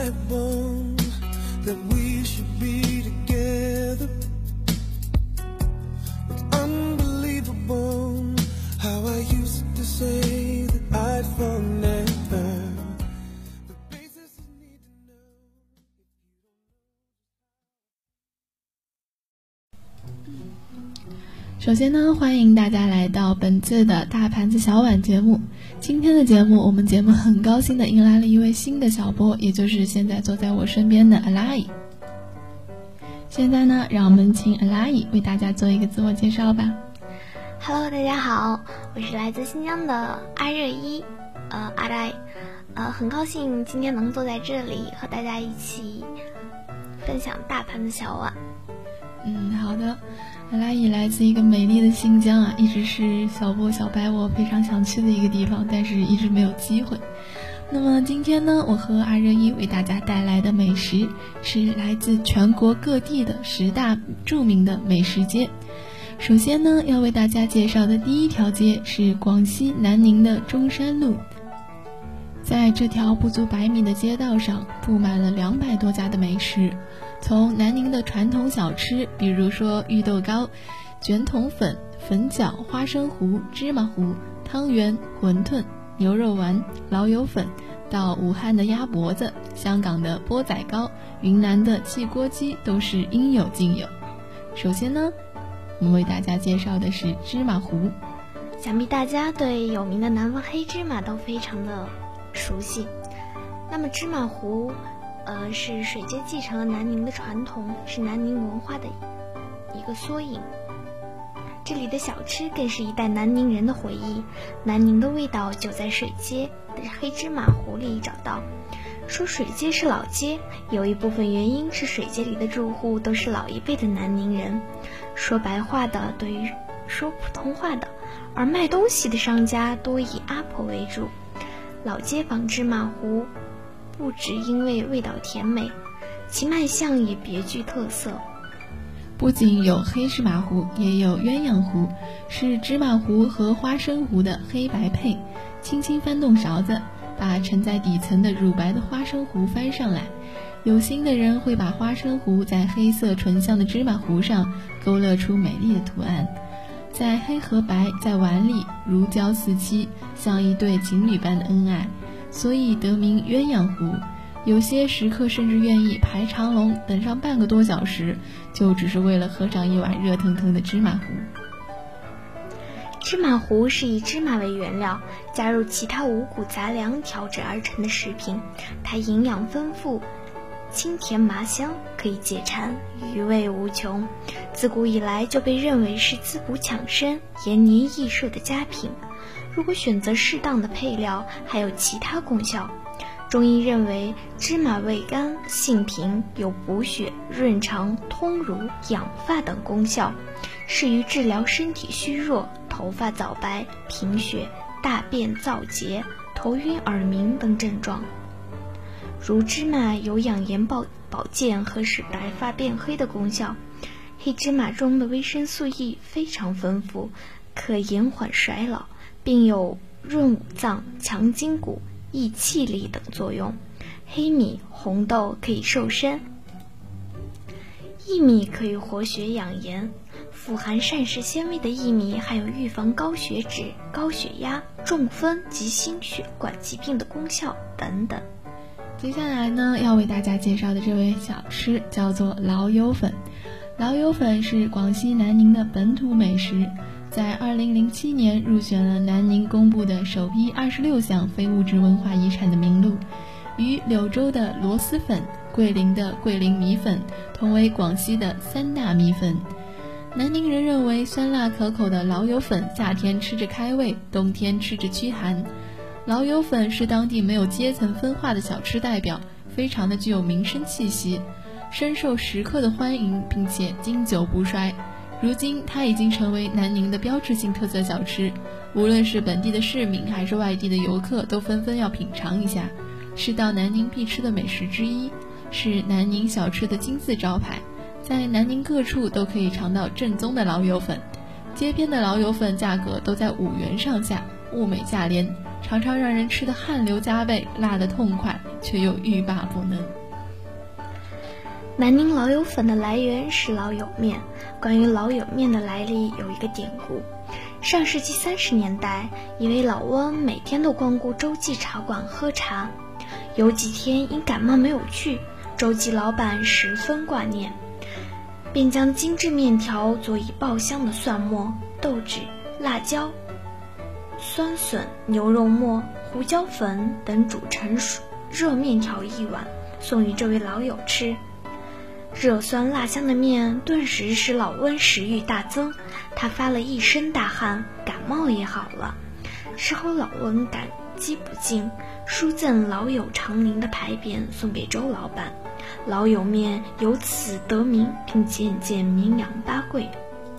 my bones that we should be together. It's unbelievable how I used to say that I'd fall never. The basis is need to know. 首先呢，欢迎大家来到本次的大盘子小碗节目。今天的节目，我们节目很高兴的迎来了一位新的小播，也就是现在坐在我身边的阿拉伊。现在呢，让我们请阿拉伊为大家做一个自我介绍吧。 Hello， 大家好，我是来自新疆的阿热依，阿拉伊，很高兴今天能坐在这里和大家一起分享大盘子小碗。 好的。阿拉伊来自一个美丽的新疆啊，一直是小波小白我非常想去的一个地方，但是一直没有机会。那么今天呢，我和阿热依为大家带来的美食是来自全国各地的10大著名的美食街。首先呢，要为大家介绍的第一条街是广西南宁的中山路。在这条不足100米的街道上，布满了200多家的美食。从南宁的传统小吃，比如说芋豆糕、卷筒粉、粉饺、花生糊、芝麻糊、汤圆、馄饨、牛肉丸、老友粉，到武汉的鸭脖子、香港的钵仔糕、云南的汽锅鸡，都是应有尽有。首先呢，我们为大家介绍的是芝麻糊。 想必大家对有名的南方黑芝麻都非常的熟悉。那么芝麻糊是水街继承了南宁的传统，是南宁文化的一个缩影。这里的小吃更是一代南宁人的回忆，南宁的味道就在水街的黑芝麻糊里找到。说水街是老街，有一部分原因是水街里的住户都是老一辈的南宁人，说白话的对于说普通话的，而卖东西的商家多以阿婆为主。老街坊芝麻糊不只因为味道甜美，其卖相也别具特色。 不仅有黑芝麻糊，也有鸳鸯糊，是芝麻糊和花生糊的黑白配。轻轻翻动勺子，把沉在底层的乳白的花生糊翻上来。有心的人会把花生糊在黑色醇香的芝麻糊上勾勒出美丽的图案。在黑和白在碗里如胶似漆，像一对情侣般的恩爱，所以得名鸳鸯糊。有些食客甚至愿意排长龙等上半个多小时，就只是为了喝上一碗热腾腾的芝麻糊。 芝麻糊是以芝麻为原料，加入其他五谷杂粮调制而成的食品，它营养丰富，清甜麻香，可以解馋，余味无穷。自古以来就被认为是滋补强身、延年益寿的佳品。如果选择适当的配料，还有其他功效。中医认为芝麻味甘性平，有补血、润肠、通乳、养发等功效，适于治疗身体虚弱、头发早白、贫血、大便燥结、头晕耳鸣等症状。如芝麻有养颜保健和使白发变黑的功效，黑芝麻中的维生素 E 非常丰富，可延缓衰老，并有润五脏、强筋骨、益气力等作用。黑米、红豆可以瘦身，薏米可以活血养颜，富含膳食纤维的薏米还有预防高血脂、高血压、中风及心血管疾病的功效等等。 接下来呢，要为大家介绍的这位小吃叫做老友粉。老友粉是广西南宁的本土美食，在2007年入选了南宁公布的首批26项非物质文化遗产的名录，与柳州的螺蛳粉、桂林的桂林米粉同为广西的3大米粉。南宁人认为酸辣可口的老友粉夏天吃着开胃，冬天吃着驱寒。老友粉是当地没有阶层分化的小吃代表，非常的具有民生气息，深受食客的欢迎，并且经久不衰。如今它已经成为南宁的标志性特色小吃，无论是本地的市民还是外地的游客都纷纷要品尝一下，是到南宁必吃的美食之一，是南宁小吃的金字招牌。在南宁各处都可以尝到正宗的老友粉，街边的老友粉价格都在5元上下，物美价廉， 常常让人吃得汗流浃背，辣得痛快，却又欲罢不能。 南宁老友粉的来源是老友面。关于老友面的来历有一个典故。上世纪30年代，一位老翁每天都光顾周记茶馆喝茶，有几天因感冒没有去，周记老板十分挂念，便将精致面条佐以爆香的蒜末、豆豉、辣椒、酸笋、牛肉末、胡椒粉等煮成热面条1碗，送与这位老友吃。热酸辣香的面顿时使老翁食欲大增，他发了一身大汗，感冒也好了。事后老翁感激不尽，书赠老友长宁的牌匾送给周老板，老友面由此得名，并渐渐名扬八桂。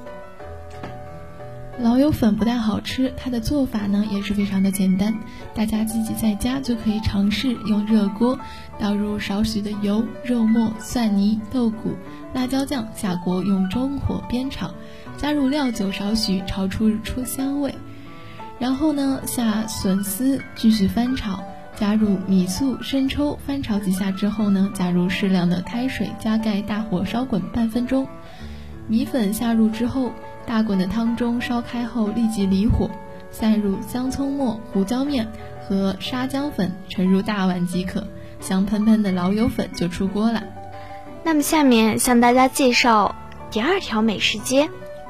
老友粉不但好吃，它的做法呢也是非常的简单，大家自己在家就可以尝试用热锅倒入少许的油、肉末、蒜泥、豆鼓、辣椒酱，下锅用中火煸炒，加入料酒少许，炒出香味。然后呢下笋丝，继续翻炒，加入米醋、生抽，翻炒几下之后呢，加入适量的开水，加盖大火烧滚半分钟。米粉下入之后，大滚的汤中烧开后立即离火，散入香葱末、胡椒面和沙姜粉，盛入大碗即可，香喷喷的老友粉就出锅了。 那么下面向大家介绍第2条美食街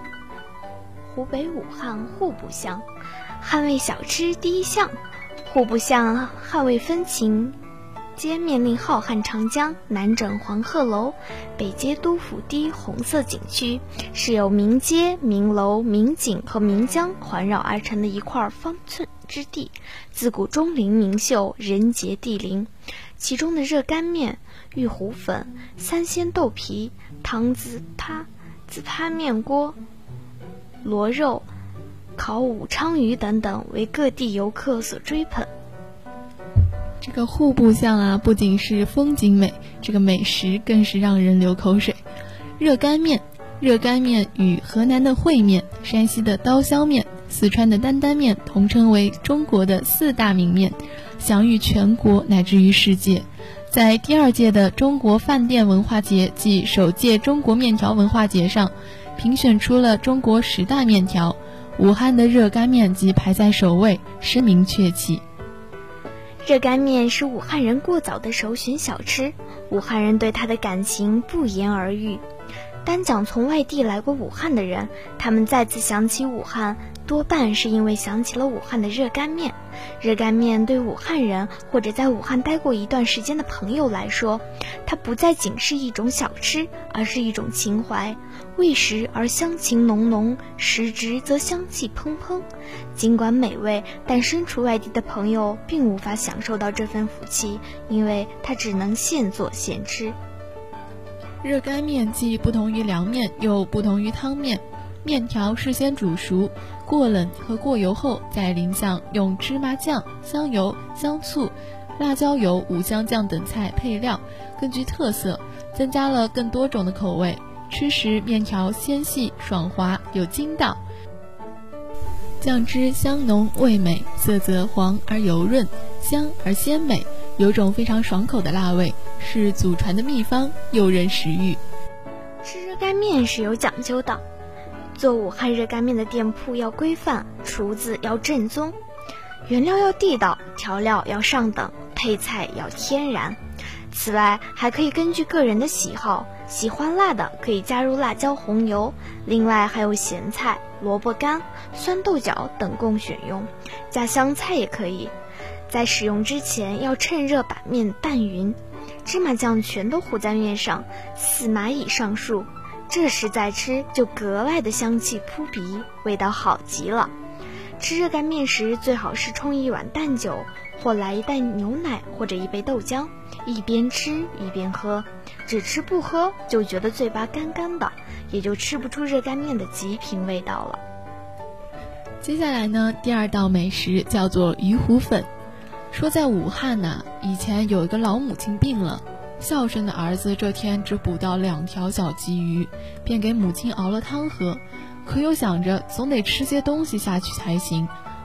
——湖北武汉户部巷。汉味小吃第1项，户部巷汉味风情街面临浩瀚长江，南枕黄鹤楼，北接都府堤红色景区，是由名街、名楼、名景和名江环绕而成的一块方寸之地，自古钟灵名秀，人杰地灵。其中的热干面、玉虎粉、三鲜豆皮、糖糍粑面锅、螺肉、烤武昌鱼等等，为各地游客所追捧。 这个户部巷啊，不仅是风景美，这个美食更是让人流口水。热干面与河南的烩面、山西的刀削面、四川的担担面同称为中国的4大名面，享誉全国乃至于世界。在第2届的中国饭店文化节暨首届中国面条文化节上，评选出了中国10大面条，武汉的热干面即排在首位，声名鹊起。 热干面是武汉人过早的首选小吃，武汉人对它的感情不言而喻。单讲从外地来过武汉的人，他们再次想起武汉，多半是因为想起了武汉的热干面。热干面对武汉人或者在武汉待过一段时间的朋友来说，它不再仅是一种小吃，而是一种情怀。味食而香情浓浓，食之则香气喷喷。尽管美味，但身处外地的朋友并无法享受到这份福气，因为它只能现做现吃。 热干面既不同于凉面，又不同于汤面。面条事先煮熟，过冷和过油后再淋上用芝麻酱、香油、香醋、辣椒油、五香酱等菜配料，更具特色，增加了更多种的口味。吃时面条纤细爽滑，有筋道，酱汁香浓味美，色泽黄而油润，香而鲜美，有种非常爽口的辣味，是祖传的秘方，诱人食欲。 吃热干面是有讲究的，做武汉热干面的店铺要规范，厨子要正宗，原料要地道，调料要上等，配菜要天然。此外，还可以根据个人的喜好，喜欢辣的可以加入辣椒、红油，另外还有咸菜、萝卜干、酸豆角等供选用，加香菜也可以。在使用之前要趁热把面拌匀，芝麻酱全都糊在面上，4码以上数，这时再吃就格外的香气扑鼻，味道好极了。吃热干面时最好是冲一碗淡酒，或来一袋牛奶或者一杯豆浆，一边吃一边喝，只吃不喝就觉得嘴巴干干的，也就吃不出热干面的极品味道了。 接下来呢，第2道美食叫做鱼虎粉。说在武汉呢，以前有一个老母亲病了，孝顺的儿子这天只捕到2条小鲫鱼，便给母亲熬了汤喝，可又想着总得吃些东西下去才行，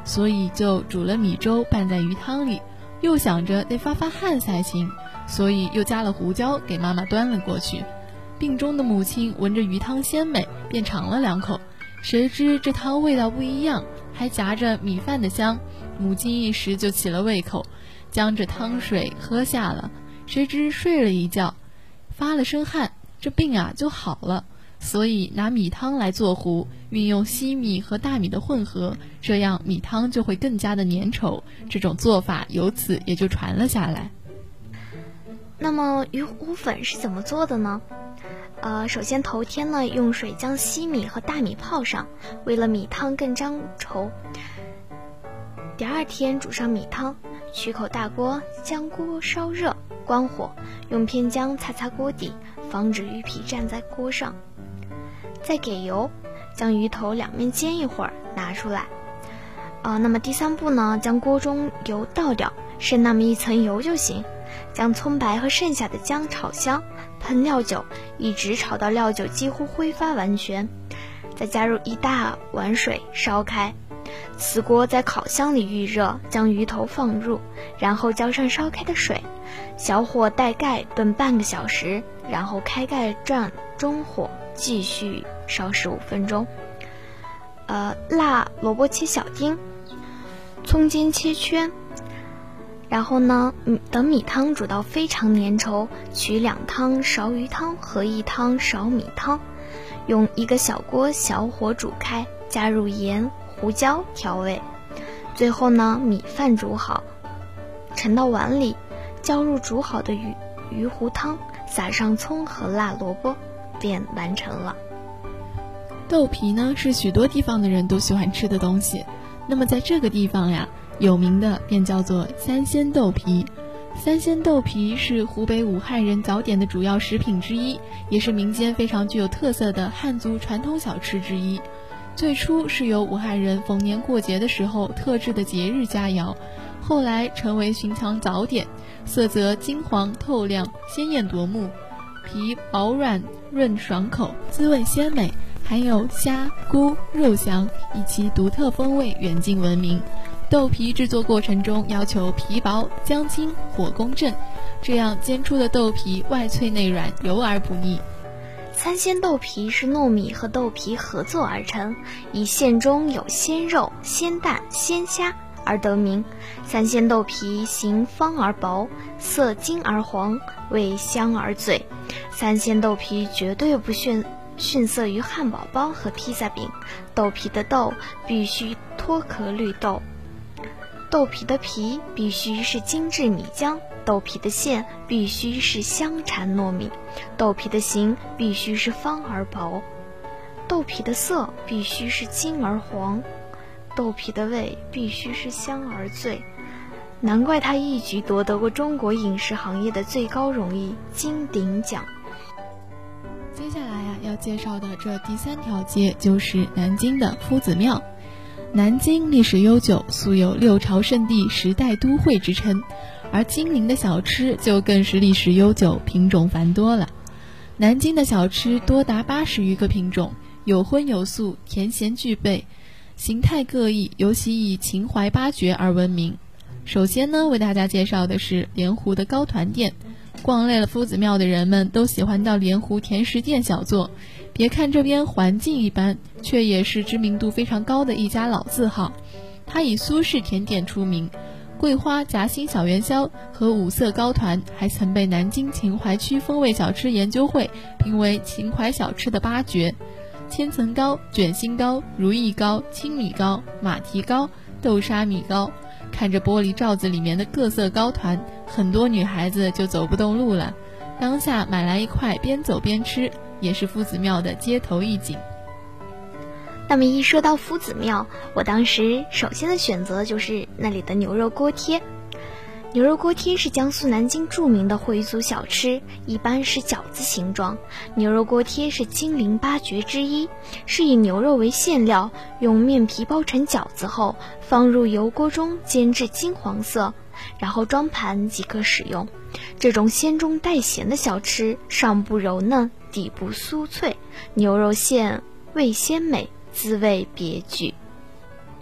所以就煮了米粥拌在鱼汤里，又想着得发发汗才行，所以又加了胡椒给妈妈端了过去。病中的母亲闻着鱼汤鲜美，便尝了2口，谁知这汤味道不一样，还夹着米饭的香，母亲一时就起了胃口，将这汤水喝下了，谁知睡了一觉，发了身汗，这病啊就好了。所以拿米汤来做糊，运用稀米和大米的混合，这样米汤就会更加的粘稠，这种做法由此也就传了下来。 那么鱼糊粉是怎么做的呢？首先头天呢，用水将稀米和大米泡上，为了米汤更粘稠。第二天煮上米汤，取口大锅，将锅烧热，关火，用偏姜擦擦锅底，防止鱼皮粘在锅上。再给油，将鱼头两面煎一会儿，拿出来。那么第3步呢，将锅中油倒掉，剩那么一层油就行。将葱白和剩下的姜炒香，喷料酒，一直炒到料酒几乎挥发完全。再加入1大碗水烧开，此锅在烤箱里预热，将鱼头放入，然后浇上烧开的水，小火带盖炖半个小时，然后开盖转中火继续烧15分钟。辣萝卜切小丁，葱尖切圈。然后呢，等米汤煮到非常粘稠，取2汤勺鱼汤和1汤勺米汤，用1个小锅小火煮开，加入盐、胡椒调味。最后呢，米饭煮好，盛到碗里，浇入煮好的鱼糊汤，撒上葱和辣萝卜，便完成了。 豆皮呢，是许多地方的人都喜欢吃的东西。那么在这个地方呀，有名的便叫做三鲜豆皮。三鲜豆皮是湖北武汉人早点的主要食品之一，也是民间非常具有特色的汉族传统小吃之一。最初是由武汉人逢年过节的时候特制的节日佳肴，后来成为寻常早点，色泽金黄透亮，鲜艳夺目，皮薄软润爽口，滋味鲜美，含有虾、菇、肉香，以其独特风味远近闻名。豆皮制作过程中要求皮薄、姜清、火攻正，这样煎出的豆皮外脆内软，油而不腻。 三鲜豆皮是糯米和豆皮合作而成，以馅中有鲜肉、鲜蛋、鲜虾而得名。三鲜豆皮形方而薄，色金而黄，味香而醉。三鲜豆皮绝对不逊色于汉堡包和披萨饼。豆皮的豆必须脱壳绿豆，豆皮的皮必须是精致米浆，豆皮的馅必须是香缠糯米，豆皮的形必须是方而薄，豆皮的色必须是金而黄，豆皮的味必须是香而醉。难怪他一举夺得过中国饮食行业的最高荣誉金鼎奖。 接下来要介绍的这第3条街就是南京的夫子庙。南京历史悠久，素有6朝圣地、10代都会之称，而金陵的小吃就更是历史悠久，品种繁多了。南京的小吃多达80余个品种，有荤有素，甜咸俱备，形态各异，尤其以秦淮八绝而闻名。首先呢，为大家介绍的是莲湖的糕团店。逛累了夫子庙的人们都喜欢到莲湖甜食店小坐，别看这边环境一般，却也是知名度非常高的一家老字号。它以苏式甜点出名，桂花夹心小元宵和五色糕团还曾被南京秦淮区风味小吃研究会评为秦淮小吃的8绝。千层糕、卷心糕、如意糕、青米糕、马蹄糕、豆沙米糕，看着玻璃罩子里面的各色糕团，很多女孩子就走不动路了。当下买来一块，边走边吃，也是夫子庙的街头一景。 那么一说到夫子庙，我当时首先的选择就是那里的牛肉锅贴。牛肉锅贴是江苏南京著名的回族小吃，一般是饺子形状。牛肉锅贴是金陵8绝之一，是以牛肉为馅料，用面皮包成饺子后，放入油锅中煎至金黄色，然后装盘即可使用。这种鲜中带咸的小吃，上部柔嫩，底部酥脆，牛肉馅味鲜美，滋味别具。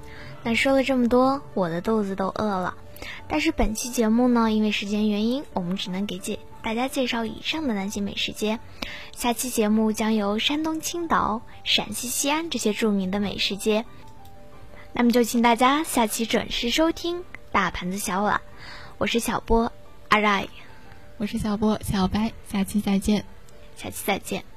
那说了这么多，我的肚子都饿了。但是本期节目呢，因为时间原因，我们只能给大家介绍以上的南京美食街。下期节目将由山东青岛、陕西西安这些著名的美食街。那么就请大家下期准时收听大盘子小碗。我是小波阿赖， 我是小波小白，下期再见。 下期再见。